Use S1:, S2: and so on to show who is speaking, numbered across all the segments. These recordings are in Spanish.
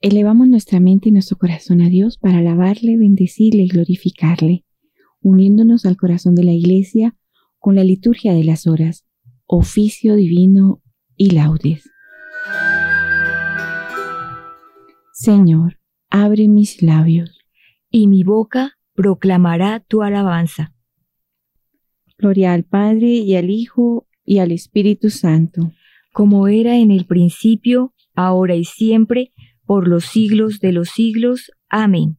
S1: Elevamos nuestra mente y nuestro corazón a Dios para alabarle, bendecirle y glorificarle, uniéndonos al corazón de la Iglesia con la liturgia de las horas, oficio divino y laudes. Señor, abre mis labios,
S2: y mi boca proclamará tu alabanza.
S1: Gloria al Padre y al Hijo y al Espíritu Santo,
S2: como era en el principio, ahora y siempre, por los siglos de los siglos. Amén.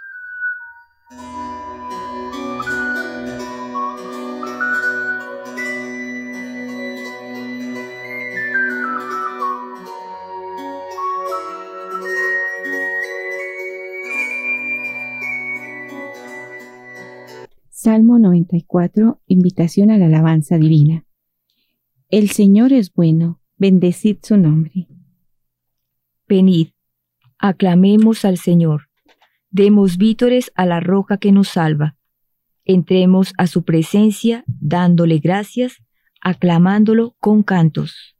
S1: Salmo 94, invitación a la alabanza divina. El Señor es bueno, bendecid su nombre.
S2: Venid, aclamemos al Señor, demos vítores a la roca que nos salva. Entremos a su presencia dándole gracias, aclamándolo con cantos.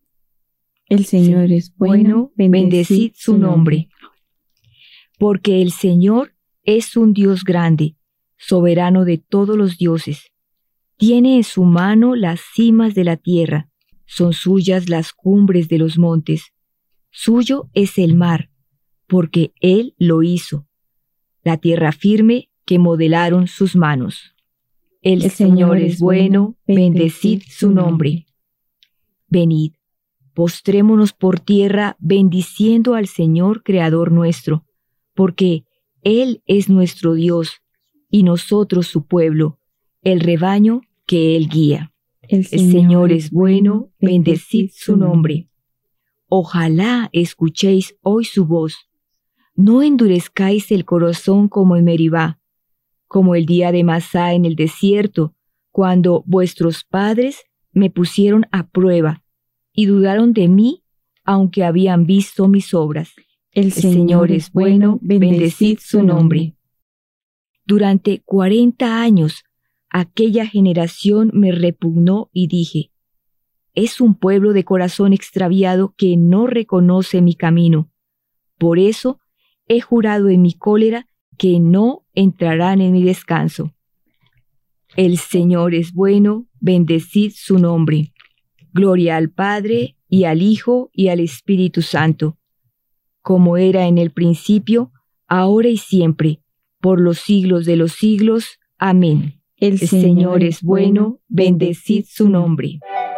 S1: El Señor es bueno,
S2: bendecid su nombre. Porque el Señor es un Dios grande, soberano de todos los dioses. Tiene en su mano las cimas de la tierra, son suyas las cumbres de los montes. Suyo es el mar, porque Él lo hizo, la tierra firme que modelaron sus manos. El Señor es bueno, bendecid su nombre. Venid, postrémonos por tierra bendiciendo al Señor Creador nuestro, porque Él es nuestro Dios, y nosotros su pueblo, el rebaño que Él guía. El Señor es bueno, bendecid su nombre. Ojalá escuchéis hoy su voz. No endurezcáis el corazón como en Meribá, como el día de Masá en el desierto, cuando vuestros padres me pusieron a prueba y dudaron de mí, aunque habían visto mis obras. El Señor es bueno, bendecid su nombre. Durante 40 años, aquella generación me repugnó y dije, es un pueblo de corazón extraviado que no reconoce mi camino. Por eso he jurado en mi cólera que no entrarán en mi descanso. El Señor es bueno, bendecid su nombre. Gloria al Padre, y al Hijo, y al Espíritu Santo, como era en el principio, ahora y siempre, por los siglos de los siglos. Amén. El Señor es bueno, bendecid su nombre.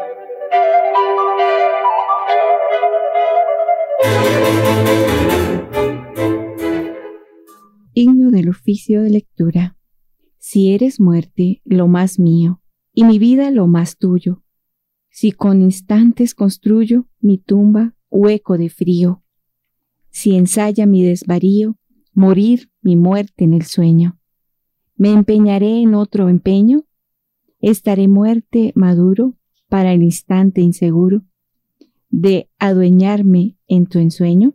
S1: Himno del oficio de lectura. Si eres muerte, lo más mío, y mi vida lo más tuyo. Si con instantes construyo mi tumba, hueco de frío. Si ensaya mi desvarío, morir mi muerte en el sueño. ¿Me empeñaré en otro empeño? ¿Estaré muerte maduro para el instante inseguro de adueñarme en tu ensueño?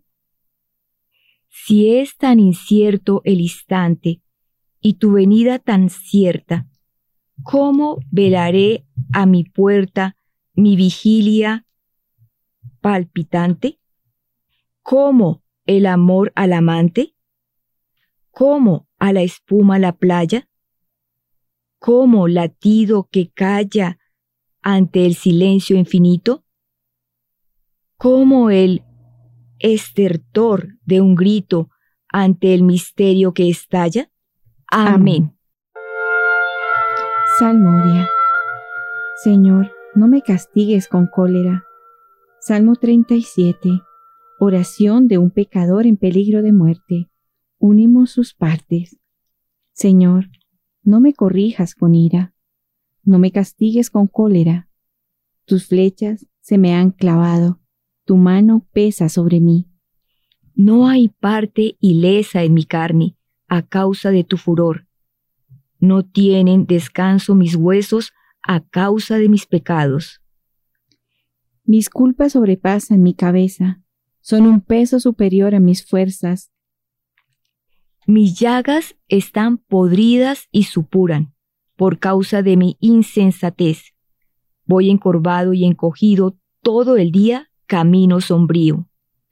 S2: Si es tan incierto el instante y tu venida tan cierta, ¿cómo velaré a mi puerta mi vigilia palpitante? ¿Cómo el amor al amante? ¿Cómo a la espuma la playa? ¿Cómo latido que calla ante el silencio infinito? ¿Cómo el estertor de un grito ante el misterio que estalla? Amén.
S1: Salmodia. Señor, no me castigues con cólera. Salmo 37. Oración de un pecador en peligro de muerte. Unimos sus partes. Señor, no me corrijas con ira, no me castigues con cólera. Tus flechas se me han clavado, tu mano pesa sobre mí.
S2: No hay parte ilesa en mi carne a causa de tu furor. No tienen descanso mis huesos a causa de mis pecados.
S1: Mis culpas sobrepasan mi cabeza, son un peso superior a mis fuerzas.
S2: Mis llagas están podridas y supuran por causa de mi insensatez. Voy encorvado y encogido todo el día, camino sombrío.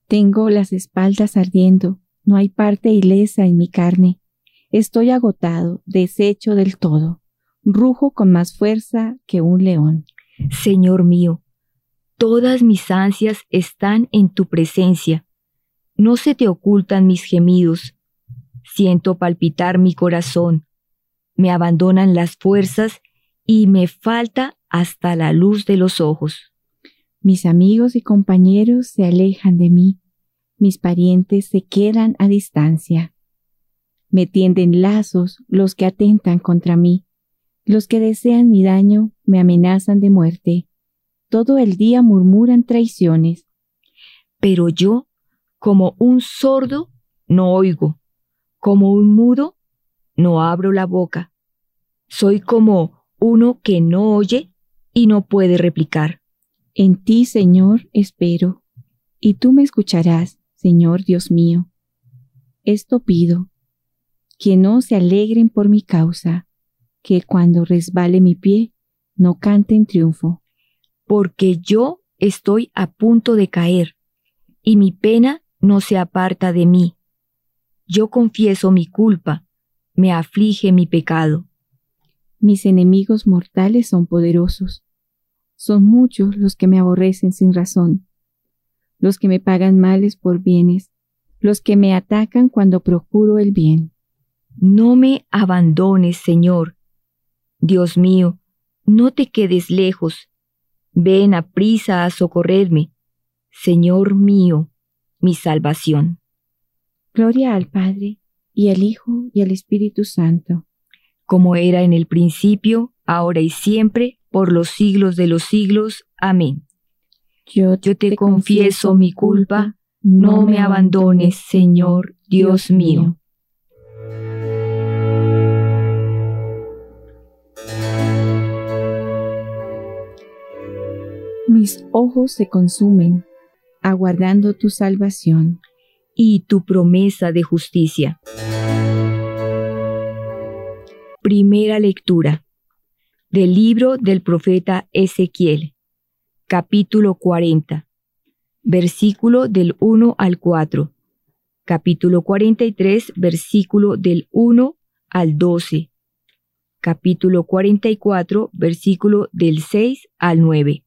S1: Tengo las espaldas ardiendo, no hay parte ilesa en mi carne. Estoy agotado, deshecho del todo. Rujo con más fuerza que un león.
S2: Señor mío, todas mis ansias están en tu presencia. No se te ocultan mis gemidos. Siento palpitar mi corazón. Me abandonan las fuerzas y me falta hasta la luz de los ojos.
S1: Mis amigos y compañeros se alejan de mí. Mis parientes se quedan a distancia. Me tienden lazos los que atentan contra mí. Los que desean mi daño me amenazan de muerte. Todo el día murmuran traiciones.
S2: Pero yo, como un sordo, no oigo. Como un mudo, no abro la boca. Soy como uno que no oye y no puede replicar.
S1: En ti, Señor, espero, y tú me escucharás, Señor Dios mío. Esto pido, que no se alegren por mi causa, que cuando resbale mi pie, no canten triunfo.
S2: Porque yo estoy a punto de caer, y mi pena no se aparta de mí. Yo confieso mi culpa, me aflige mi pecado.
S1: Mis enemigos mortales son poderosos. Son muchos los que me aborrecen sin razón, los que me pagan males por bienes, los que me atacan cuando procuro el bien.
S2: No me abandones, Señor. Dios mío, no te quedes lejos. Ven aprisa a socorrerme, Señor mío, mi salvación.
S1: Gloria al Padre, y al Hijo, y al Espíritu Santo.
S2: Como era en el principio, ahora y siempre, por los siglos de los siglos. Amén. Yo te confieso mi culpa, no me abandones, Señor, Dios mío.
S1: Mis ojos se consumen, aguardando tu salvación
S2: y tu promesa de justicia. Primera lectura del libro del profeta Ezequiel, capítulo 40, versículo del 1 al 4, capítulo 43, versículo del 1 al 12, capítulo 44, versículo del 6 al 9.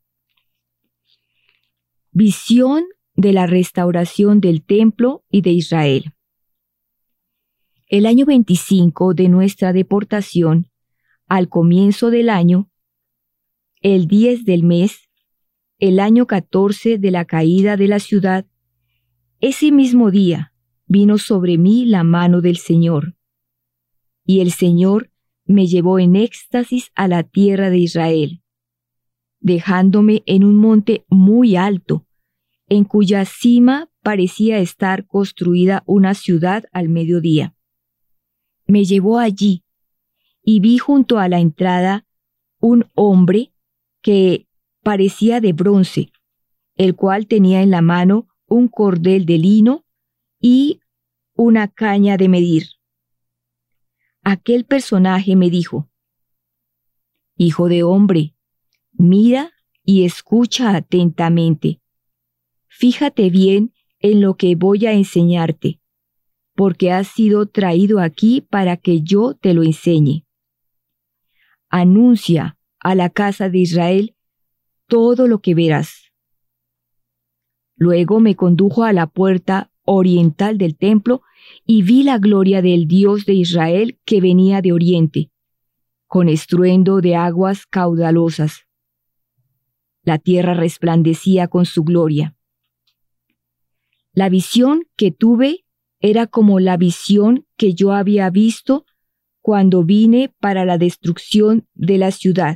S2: Visión de la restauración del templo y de Israel. El año 25 de nuestra deportación, al comienzo del año, el 10 del mes, el año 14 de la caída de la ciudad, ese mismo día vino sobre mí la mano del Señor, y el Señor me llevó en éxtasis a la tierra de Israel, dejándome en un monte muy alto, en cuya cima parecía estar construida una ciudad al mediodía. Me llevó allí, y vi junto a la entrada un hombre que parecía de bronce, el cual tenía en la mano un cordel de lino y una caña de medir. Aquel personaje me dijo: Hijo de hombre, mira y escucha atentamente. Fíjate bien en lo que voy a enseñarte, porque has sido traído aquí para que yo te lo enseñe. Anuncia a la casa de Israel todo lo que verás. Luego me condujo a la puerta oriental del templo y vi la gloria del Dios de Israel que venía de oriente, con estruendo de aguas caudalosas. La tierra resplandecía con su gloria. La visión que tuve era como la visión que yo había visto cuando vine para la destrucción de la ciudad,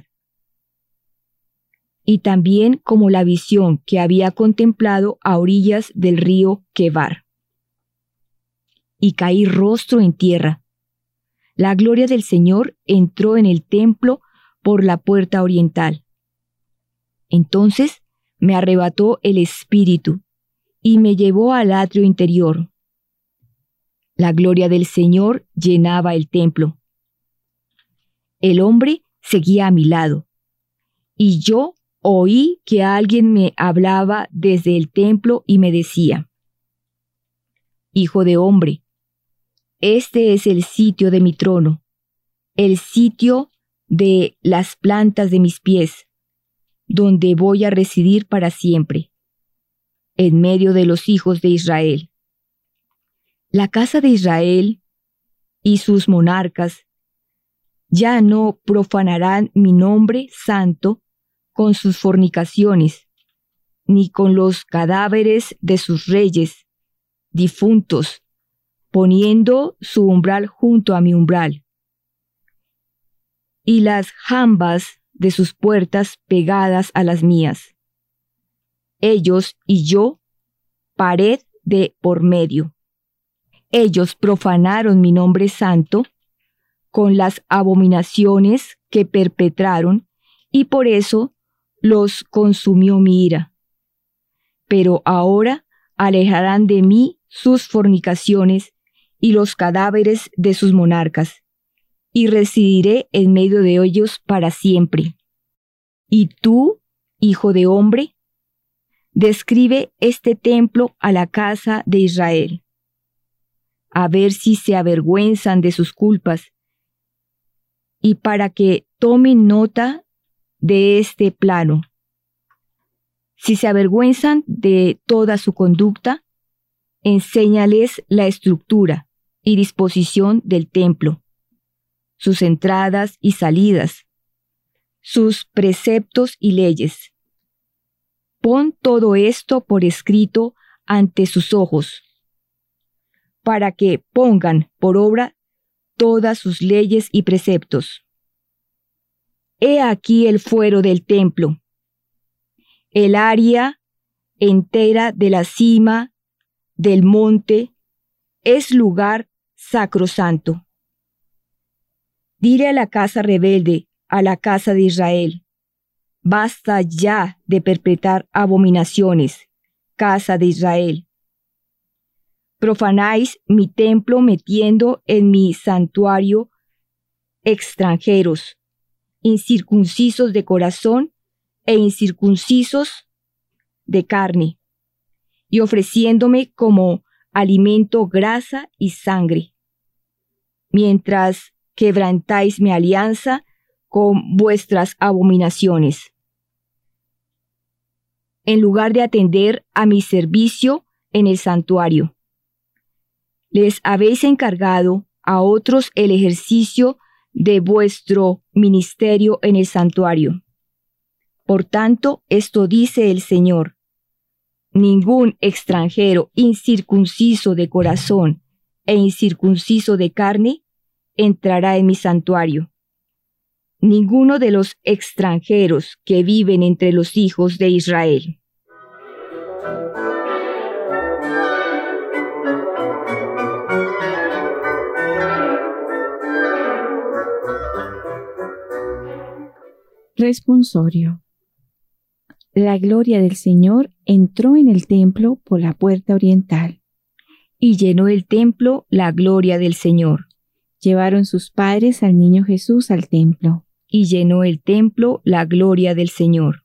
S2: y también como la visión que había contemplado a orillas del río Quebar. Y caí rostro en tierra. La gloria del Señor entró en el templo por la puerta oriental. Entonces me arrebató el Espíritu y me llevó al atrio interior. La gloria del Señor llenaba el templo. El hombre seguía a mi lado, y yo oí que alguien me hablaba desde el templo y me decía: hijo de hombre, este es el sitio de mi trono, el sitio de las plantas de mis pies, donde voy a residir para siempre, en medio de los hijos de Israel. La casa de Israel y sus monarcas ya no profanarán mi nombre santo con sus fornicaciones, ni con los cadáveres de sus reyes difuntos, poniendo su umbral junto a mi umbral, y las jambas de sus puertas pegadas a las mías. Ellos y yo, pared de por medio. Ellos profanaron mi nombre santo con las abominaciones que perpetraron, y por eso los consumió mi ira. Pero ahora alejarán de mí sus fornicaciones y los cadáveres de sus monarcas, y residiré en medio de ellos para siempre. Y tú, hijo de hombre, describe este templo a la casa de Israel, a ver si se avergüenzan de sus culpas, y para que tomen nota de este plano. Si se avergüenzan de toda su conducta, enséñales la estructura y disposición del templo, sus entradas y salidas, sus preceptos y leyes. Pon todo esto por escrito ante sus ojos, para que pongan por obra todas sus leyes y preceptos. He aquí el fuero del templo, el área entera de la cima del monte es lugar sacrosanto. Dile a la casa rebelde, a la casa de Israel: basta ya de perpetrar abominaciones, casa de Israel. Profanáis mi templo metiendo en mi santuario extranjeros, incircuncisos de corazón e incircuncisos de carne, y ofreciéndome como alimento grasa y sangre, mientras quebrantáis mi alianza con vuestras abominaciones. En lugar de atender a mi servicio en el santuario, les habéis encargado a otros el ejercicio de vuestro ministerio en el santuario. Por tanto, esto dice el Señor: ningún extranjero incircunciso de corazón e incircunciso de carne entrará en mi santuario. Ninguno de los extranjeros que viven entre los hijos de Israel.
S1: Responsorio. La gloria del Señor entró en el templo por la puerta oriental.
S2: Y llenó el templo la gloria del Señor.
S1: Llevaron sus padres al niño Jesús al templo.
S2: Y llenó el templo la gloria del Señor.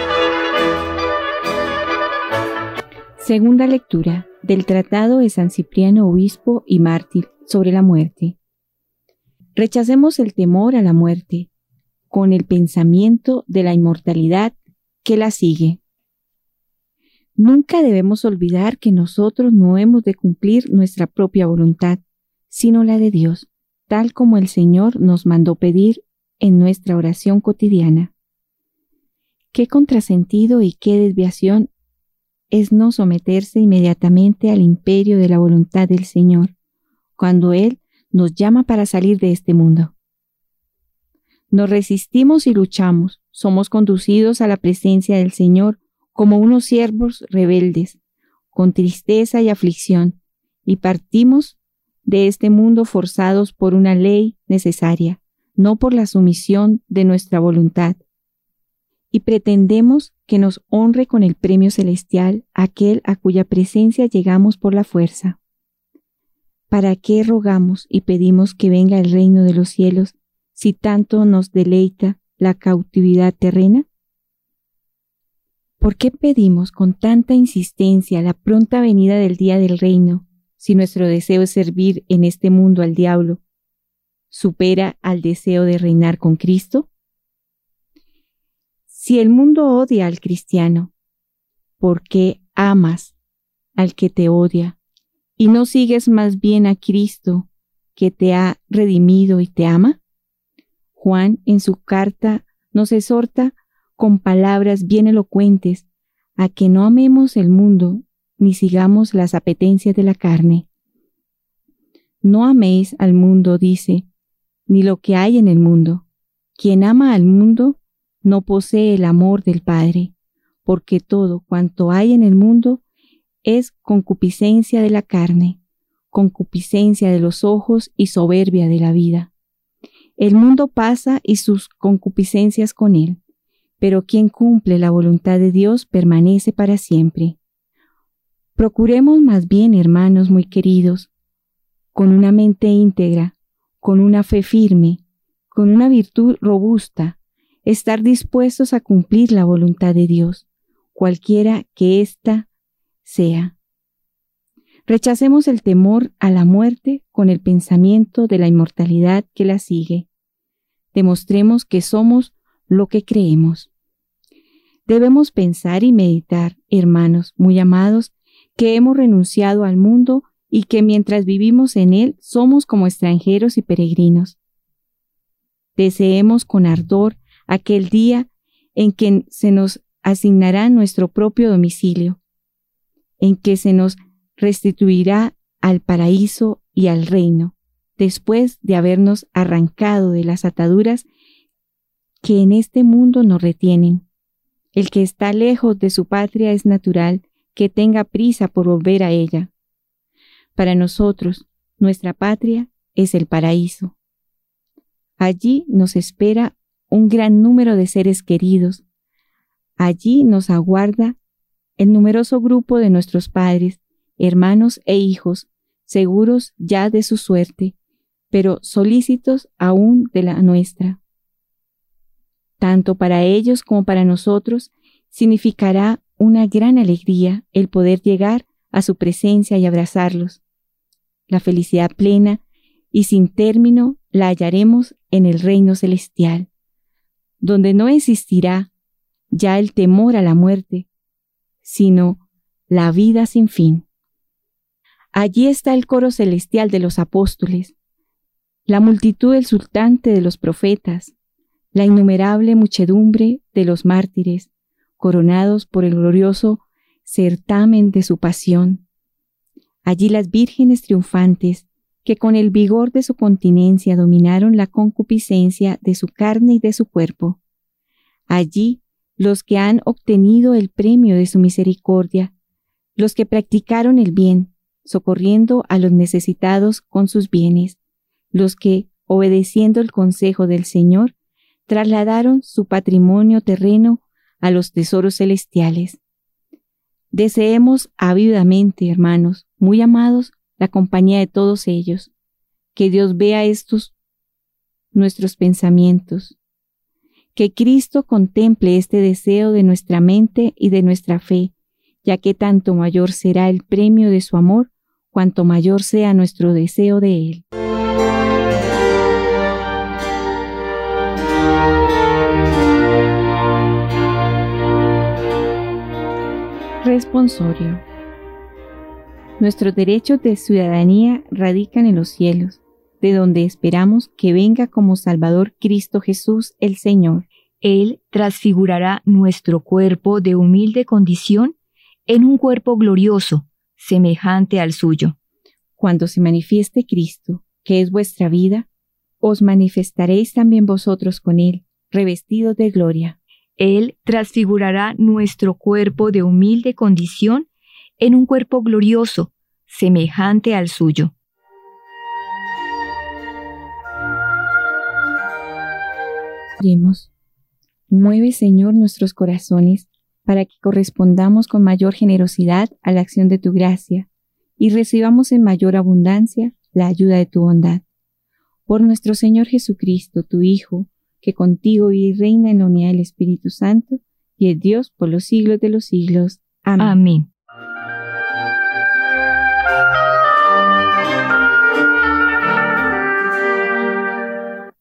S1: Segunda lectura del Tratado de San Cipriano, obispo y mártir, sobre la muerte. Rechacemos el temor a la muerte con el pensamiento de la inmortalidad que la sigue. Nunca debemos olvidar que nosotros no hemos de cumplir nuestra propia voluntad, sino la de Dios, tal como el Señor nos mandó pedir en nuestra oración cotidiana. Qué contrasentido y qué desviación es no someterse inmediatamente al imperio de la voluntad del Señor, cuando Él nos llama para salir de este mundo. Nos resistimos y luchamos, somos conducidos a la presencia del Señor como unos siervos rebeldes, con tristeza y aflicción, y partimos de este mundo forzados por una ley necesaria, no por la sumisión de nuestra voluntad. Y pretendemos que nos honre con el premio celestial aquel a cuya presencia llegamos por la fuerza. ¿Para qué rogamos y pedimos que venga el reino de los cielos si tanto nos deleita la cautividad terrena? ¿Por qué pedimos con tanta insistencia la pronta venida del día del reino si nuestro deseo es servir en este mundo al diablo, supera al deseo de reinar con Cristo? Si el mundo odia al cristiano, ¿por qué amas al que te odia y no sigues más bien a Cristo que te ha redimido y te ama? Juan en su carta nos exhorta con palabras bien elocuentes a que no amemos el mundo ni sigamos las apetencias de la carne. No améis al mundo, dice, ni lo que hay en el mundo. Quien ama al mundo no posee el amor del Padre, porque todo cuanto hay en el mundo es concupiscencia de la carne, concupiscencia de los ojos y soberbia de la vida. El mundo pasa y sus concupiscencias con él, pero quien cumple la voluntad de Dios permanece para siempre. Procuremos más bien, hermanos muy queridos, con una mente íntegra, con una fe firme, con una virtud robusta, estar dispuestos a cumplir la voluntad de Dios, cualquiera que ésta sea. Rechacemos el temor a la muerte con el pensamiento de la inmortalidad que la sigue. Demostremos que somos lo que creemos. Debemos pensar y meditar, hermanos muy amados, que hemos renunciado al mundo y que mientras vivimos en él somos como extranjeros y peregrinos. Deseemos con ardor aquel día en que se nos asignará nuestro propio domicilio, en que se nos restituirá al paraíso y al reino, después de habernos arrancado de las ataduras que en este mundo nos retienen. El que está lejos de su patria es natural que tenga prisa por volver a ella. Para nosotros, nuestra patria es el paraíso. Allí nos espera un gran número de seres queridos. Allí nos aguarda el numeroso grupo de nuestros padres, hermanos e hijos, seguros ya de su suerte, pero solícitos aún de la nuestra. Tanto para ellos como para nosotros significará una gran alegría el poder llegar a su presencia y abrazarlos. La felicidad plena y sin término la hallaremos en el reino celestial, donde no existirá ya el temor a la muerte, sino la vida sin fin. Allí está el coro celestial de los apóstoles, la multitud exultante de los profetas, la innumerable muchedumbre de los mártires, coronados por el glorioso certamen de su pasión. Allí las vírgenes triunfantes, que con el vigor de su continencia dominaron la concupiscencia de su carne y de su cuerpo. Allí los que han obtenido el premio de su misericordia, los que practicaron el bien, socorriendo a los necesitados con sus bienes, los que, obedeciendo el consejo del Señor, trasladaron su patrimonio terreno a los tesoros celestiales. Deseemos ávidamente, hermanos, muy amados, la compañía de todos ellos. Que Dios vea estos nuestros pensamientos. Que Cristo contemple este deseo de nuestra mente y de nuestra fe, ya que tanto mayor será el premio de su amor, cuanto mayor sea nuestro deseo de Él. Responsorio. Nuestros derechos de ciudadanía radican en los cielos, de donde esperamos que venga como Salvador Cristo Jesús el Señor.
S2: Él transfigurará nuestro cuerpo de humilde condición en un cuerpo glorioso, semejante al suyo.
S1: Cuando se manifieste Cristo, que es vuestra vida, os manifestaréis también vosotros con Él, revestidos de gloria.
S2: Él transfigurará nuestro cuerpo de humilde condición en un cuerpo glorioso, semejante al suyo.
S1: Oremos. Mueve, Señor, nuestros corazones para que correspondamos con mayor generosidad a la acción de tu gracia y recibamos en mayor abundancia la ayuda de tu bondad. Por nuestro Señor Jesucristo, tu Hijo, que contigo vive y reina en la unidad del Espíritu Santo, y es Dios por los siglos de los siglos. Amén.
S2: Amén.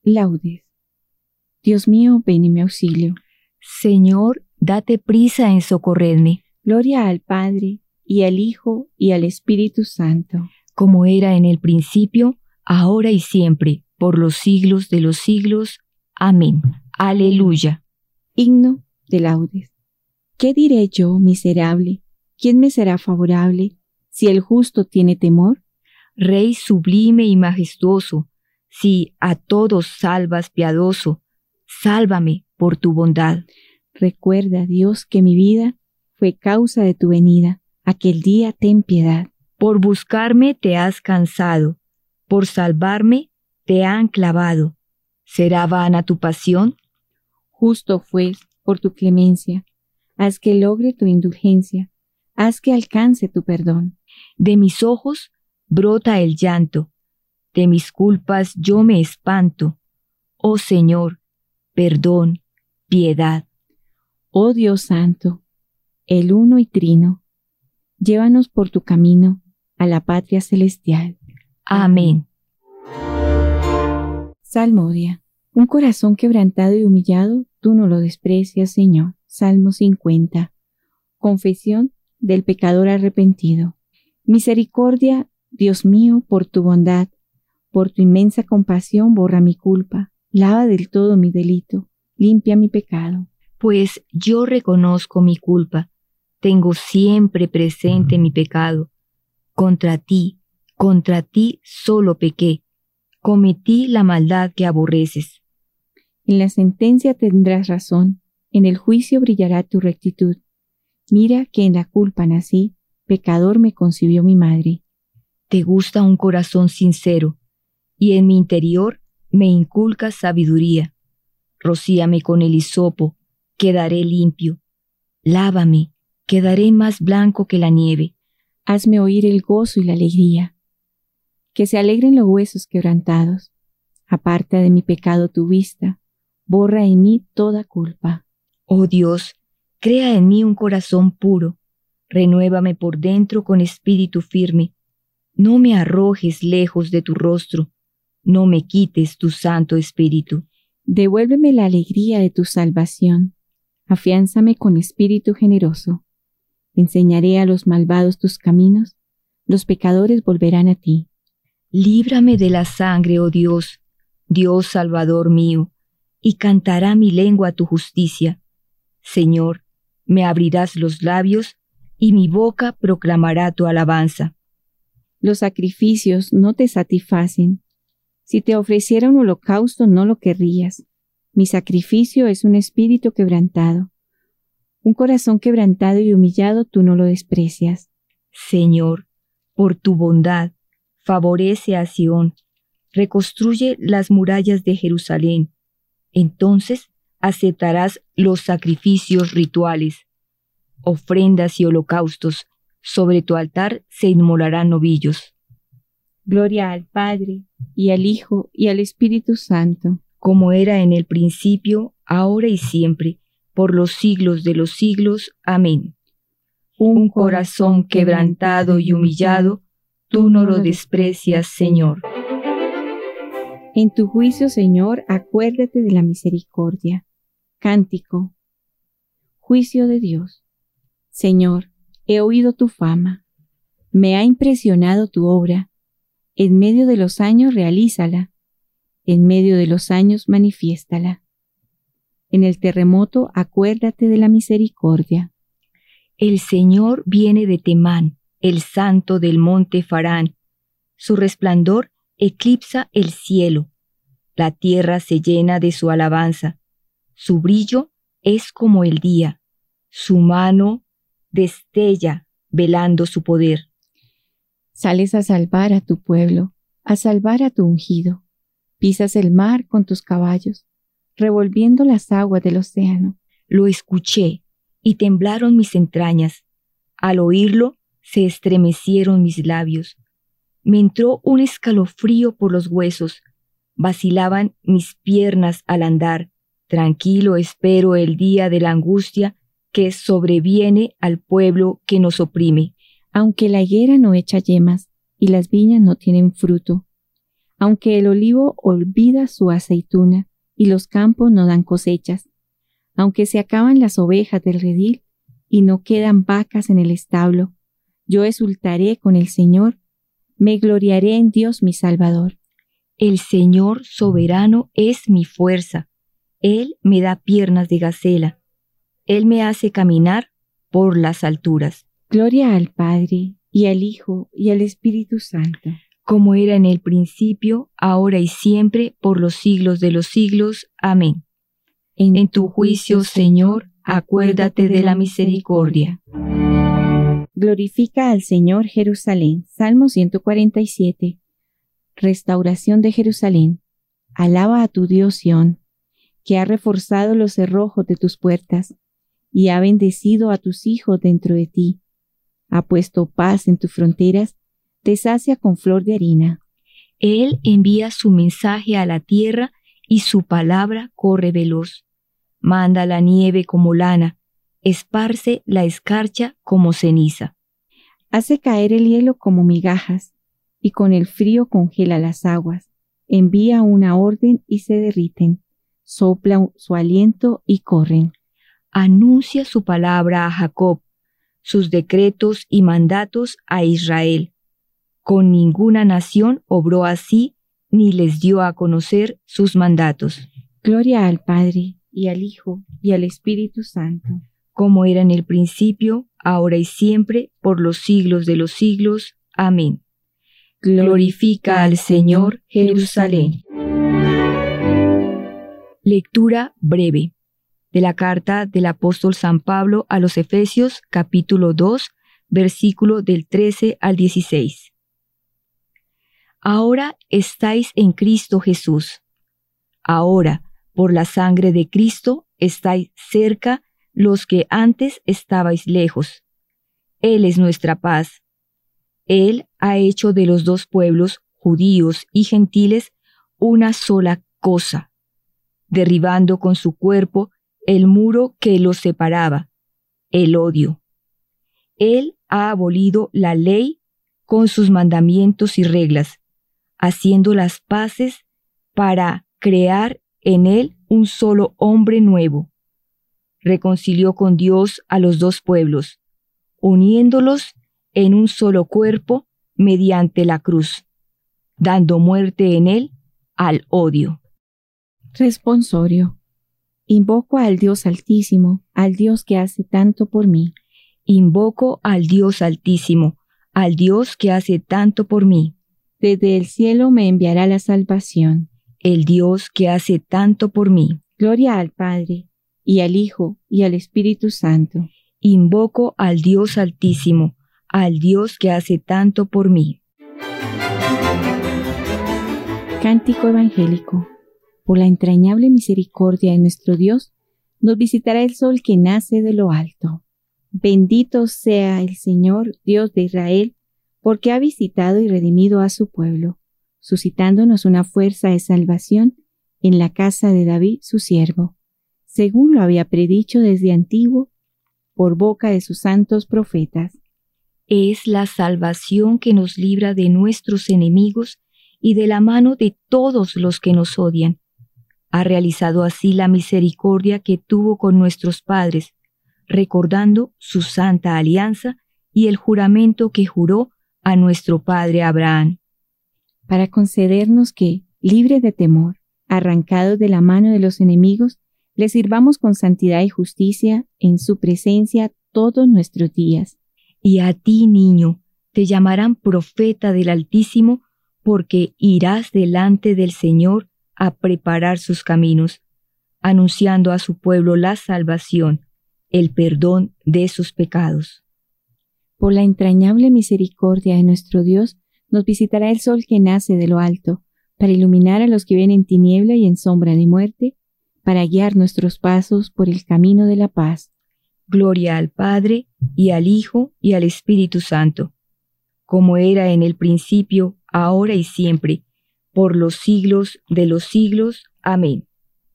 S1: Laudes. Dios mío, ven en mi auxilio.
S2: Señor, date prisa en socorrerme,
S1: Gloria al Padre, y al Hijo, y al Espíritu Santo.
S2: como era en el principio, ahora y siempre, por los siglos de los siglos. Amén. Aleluya.
S1: Himno de Laudes. ¿Qué diré yo, miserable? ¿Quién me será favorable si el justo tiene temor?
S2: Rey sublime y majestuoso, si a todos salvas piadoso, sálvame por tu bondad.
S1: Recuerda, Dios, que mi vida fue causa de tu venida. Aquel día ten piedad.
S2: Por buscarme te has cansado, por salvarme te han clavado. ¿Será vana tu pasión?
S1: Justo fue por tu clemencia. Haz que logre tu indulgencia. Haz que alcance tu perdón.
S2: De mis ojos brota el llanto, de mis culpas yo me espanto. Oh Señor, perdón, piedad.
S1: Oh Dios santo, el uno y trino, llévanos por tu camino a la patria celestial.
S2: Amén.
S1: Salmodia. Un corazón quebrantado y humillado, tú no lo desprecias, Señor. Salmo 50. Confesión del pecador arrepentido. Misericordia, Dios mío, por tu bondad, por tu inmensa compasión borra mi culpa, lava del todo mi delito, limpia mi pecado.
S2: Pues yo reconozco mi culpa, tengo siempre presente mi pecado. Contra ti solo pequé, cometí la maldad que aborreces.
S1: En la sentencia tendrás razón, en el juicio brillará tu rectitud. Mira que en la culpa nací, pecador me concibió mi madre.
S2: Te gusta un corazón sincero, y en mi interior me inculcas sabiduría. Rocíame con el hisopo, quedaré limpio. Lávame, quedaré más blanco que la nieve.
S1: Hazme oír el gozo y la alegría. Que se alegren los huesos quebrantados. Aparta de mi pecado tu vista, borra en mí toda culpa.
S2: Oh Dios, crea en mí un corazón puro. Renuévame por dentro con espíritu firme. No me arrojes lejos de tu rostro. No me quites tu santo espíritu.
S1: Devuélveme la alegría de tu salvación. Afiánzame con espíritu generoso. Enseñaré a los malvados tus caminos. Los pecadores volverán a ti.
S2: Líbrame de la sangre, oh Dios, Dios Salvador mío, y cantará mi lengua tu justicia. Señor, me abrirás los labios, y mi boca proclamará tu alabanza.
S1: Los sacrificios no te satisfacen. Si te ofreciera un holocausto no lo querrías. Mi sacrificio es un espíritu quebrantado. Un corazón quebrantado y humillado tú no lo desprecias.
S2: Señor, por tu bondad, favorece a Sión, reconstruye las murallas de Jerusalén. Entonces aceptarás los sacrificios rituales, ofrendas y holocaustos. Sobre tu altar se inmolarán novillos.
S1: Gloria al Padre, y al Hijo, y al Espíritu Santo.
S2: Como era en el principio, ahora y siempre, por los siglos de los siglos. Amén. Un corazón quebrantado y humillado, tú no lo desprecias, Señor.
S1: En tu juicio, Señor, acuérdate de la misericordia. Cántico. Juicio de Dios. Señor, he oído tu fama. Me ha impresionado tu obra. En medio de los años realízala. En medio de los años manifiéstala. En el terremoto acuérdate de la misericordia.
S2: El Señor viene de Temán, el santo del monte Farán. Su resplandor eclipsa el cielo. La tierra se llena de su alabanza. Su brillo es como el día. Su mano destella velando su poder.
S1: Sales a salvar a tu pueblo, a salvar a tu ungido. Pisas el mar con tus caballos, revolviendo las aguas del océano.
S2: Lo escuché y temblaron mis entrañas. Al oírlo se estremecieron mis labios. Me entró un escalofrío por los huesos. Vacilaban mis piernas al andar. Tranquilo espero el día de la angustia que sobreviene al pueblo que nos oprime.
S1: Aunque la higuera no echa yemas y las viñas no tienen fruto, Aunque el olivo olvida su aceituna y los campos no dan cosechas, aunque se acaban las ovejas del redil y no quedan vacas en el establo, yo exultaré con el Señor, me gloriaré en Dios mi Salvador.
S2: El Señor soberano es mi fuerza. Él me da piernas de gacela. Él me hace caminar por las alturas.
S1: Gloria al Padre, y al Hijo, y al Espíritu Santo.
S2: Como era en el principio, ahora y siempre, por los siglos de los siglos. Amén. En tu juicio, Señor, acuérdate de la misericordia.
S1: Glorifica al Señor Jerusalén. Salmo 147. Restauración de Jerusalén. Alaba a tu Dios Sión, que ha reforzado los cerrojos de tus puertas, y ha bendecido a tus hijos dentro de ti. Ha puesto paz en tus fronteras, te sacia con flor de harina.
S2: Él envía su mensaje a la tierra y su palabra corre veloz. Manda la nieve como lana, esparce la escarcha como ceniza.
S1: Hace caer el hielo como migajas, y con el frío congela las aguas. Envía una orden y se derriten, sopla su aliento y corren.
S2: Anuncia su palabra a Jacob, sus decretos y mandatos a Israel. Con ninguna nación obró así, ni les dio a conocer sus mandatos.
S1: Gloria al Padre, y al Hijo, y al Espíritu Santo.
S2: Como era en el principio, ahora y siempre, por los siglos de los siglos. Amén. Glorifica al Señor, Jerusalén. Lectura breve de la carta del apóstol San Pablo a los Efesios, capítulo 2, versículo del 13 al 16. Ahora estáis en Cristo Jesús. Ahora, por la sangre de Cristo, estáis cerca los que antes estabais lejos. Él es nuestra paz. Él ha hecho de los dos pueblos, judíos y gentiles, una sola cosa, derribando con su cuerpo el muro que los separaba, el odio. Él ha abolido la ley con sus mandamientos y reglas, haciendo las paces para crear en él un solo hombre nuevo. Reconcilió con Dios a los dos pueblos, uniéndolos en un solo cuerpo mediante la cruz, dando muerte en él al odio.
S1: Responsorio. Invoco al Dios Altísimo, al Dios que hace tanto por mí.
S2: Invoco al Dios Altísimo, al Dios que hace tanto por mí.
S1: Desde el cielo me enviará la salvación.
S2: El Dios que hace tanto por mí.
S1: Gloria al Padre, y al Hijo, y al Espíritu Santo.
S2: Invoco al Dios Altísimo, al Dios que hace tanto por mí.
S1: Cántico evangélico. Por la entrañable misericordia de nuestro Dios, nos visitará el sol que nace de lo alto. Bendito sea el Señor, Dios de Israel, porque ha visitado y redimido a su pueblo, suscitándonos una fuerza de salvación en la casa de David, su siervo, según lo había predicho desde antiguo, por boca de sus santos profetas.
S2: Es la salvación que nos libra de nuestros enemigos y de la mano de todos los que nos odian. Ha realizado así la misericordia que tuvo con nuestros padres, recordando su santa alianza y el juramento que juró a nuestro padre Abraham.
S1: Para concedernos que, libres de temor, arrancados de la mano de los enemigos, le sirvamos con santidad y justicia en su presencia todos nuestros días.
S2: Y a ti, niño, te llamarán profeta del Altísimo, porque irás delante del Señor a preparar sus caminos, anunciando a su pueblo la salvación, el perdón de sus pecados.
S1: Por la entrañable misericordia de nuestro Dios, nos visitará el sol que nace de lo alto, para iluminar a los que viven en tiniebla y en sombra de muerte, para guiar nuestros pasos por el camino de la paz.
S2: Gloria al Padre, y al Hijo, y al Espíritu Santo, como era en el principio, ahora y siempre, por los siglos de los siglos. Amén.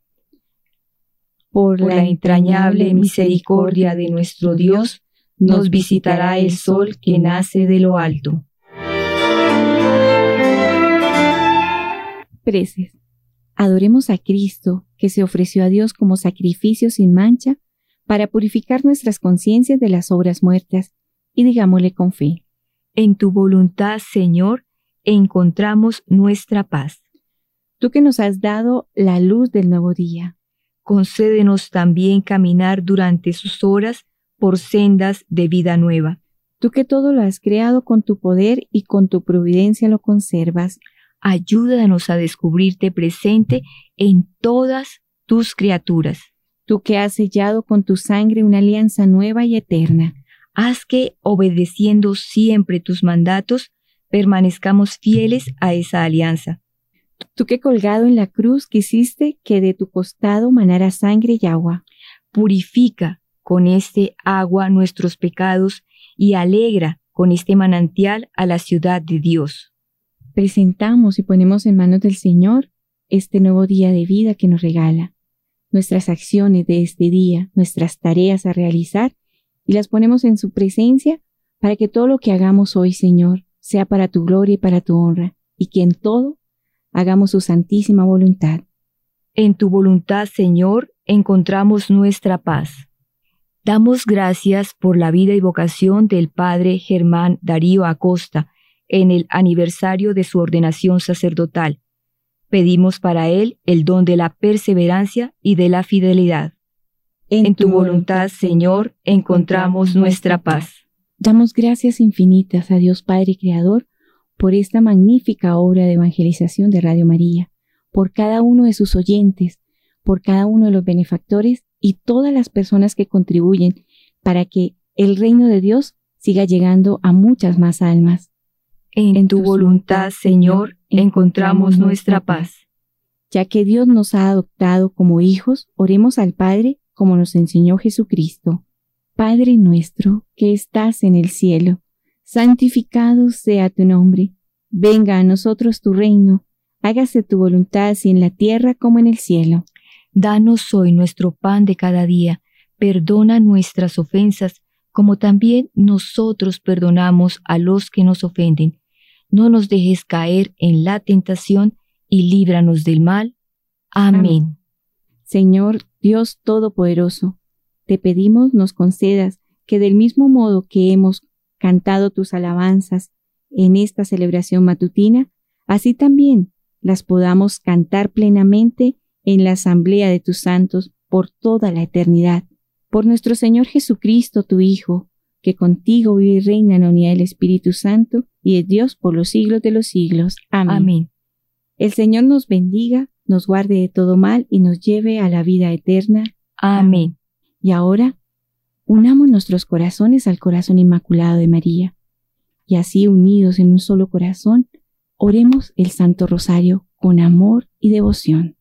S1: Por
S2: la entrañable misericordia de nuestro Dios, nos visitará el sol que nace de lo alto.
S1: preces. Adoremos a Cristo, que se ofreció a Dios como sacrificio sin mancha, para purificar nuestras conciencias de las obras muertas, y digámosle con fe:
S2: En tu voluntad, Señor, encontramos nuestra paz.
S1: Tú que nos has dado la luz del nuevo día,
S2: concédenos también caminar durante sus horas por sendas de vida nueva.
S1: Tú que todo lo has creado con tu poder y con tu providencia lo conservas,
S2: ayúdanos a descubrirte presente en todas tus criaturas.
S1: Tú que has sellado con tu sangre una alianza nueva y eterna,
S2: haz que, obedeciendo siempre tus mandatos, permanezcamos fieles a esa alianza.
S1: Tú que colgado en la cruz quisiste que de tu costado manara sangre y agua,
S2: purifica con este agua nuestros pecados y alegra con este manantial a la ciudad de Dios.
S1: Presentamos y ponemos en manos del Señor este nuevo día de vida que nos regala, nuestras acciones de este día, nuestras tareas a realizar, y las ponemos en su presencia para que todo lo que hagamos hoy, Señor, sea para tu gloria y para tu honra, y que en todo hagamos su santísima voluntad.
S2: En tu voluntad, Señor, encontramos nuestra paz. Damos gracias por la vida y vocación del Padre Germán Darío Acosta en el aniversario de su ordenación sacerdotal. Pedimos para él el don de la perseverancia y de la fidelidad. En tu voluntad, Señor, encontramos nuestra paz.
S1: Damos gracias infinitas a Dios Padre Creador por esta magnífica obra de evangelización de Radio María, por cada uno de sus oyentes, por cada uno de los benefactores y todas las personas que contribuyen para que el reino de Dios siga llegando a muchas más almas.
S2: En tu voluntad, Señor, encontramos nuestra paz.
S1: Ya que Dios nos ha adoptado como hijos, oremos al Padre como nos enseñó Jesucristo. Padre nuestro que estás en el cielo, santificado sea tu nombre. Venga a nosotros tu reino. Hágase tu voluntad así en la tierra como en el cielo.
S2: Danos hoy nuestro pan de cada día. Perdona nuestras ofensas, como también nosotros perdonamos a los que nos ofenden. No nos dejes caer en la tentación y líbranos del mal. Amén.
S1: Señor Dios Todopoderoso, te pedimos nos concedas que del mismo modo que hemos cantado tus alabanzas en esta celebración matutina, así también las podamos cantar plenamente en la asamblea de tus santos por toda la eternidad. Por nuestro Señor Jesucristo, tu Hijo, que contigo vive y reina en la unidad del Espíritu Santo y es Dios por los siglos de los siglos. Amén.
S2: Amén.
S1: El Señor nos bendiga, nos guarde de todo mal y nos lleve a la vida eterna.
S2: Amén.
S1: Y ahora, unamos nuestros corazones al corazón inmaculado de María, y así unidos en un solo corazón, oremos el Santo Rosario con amor y devoción.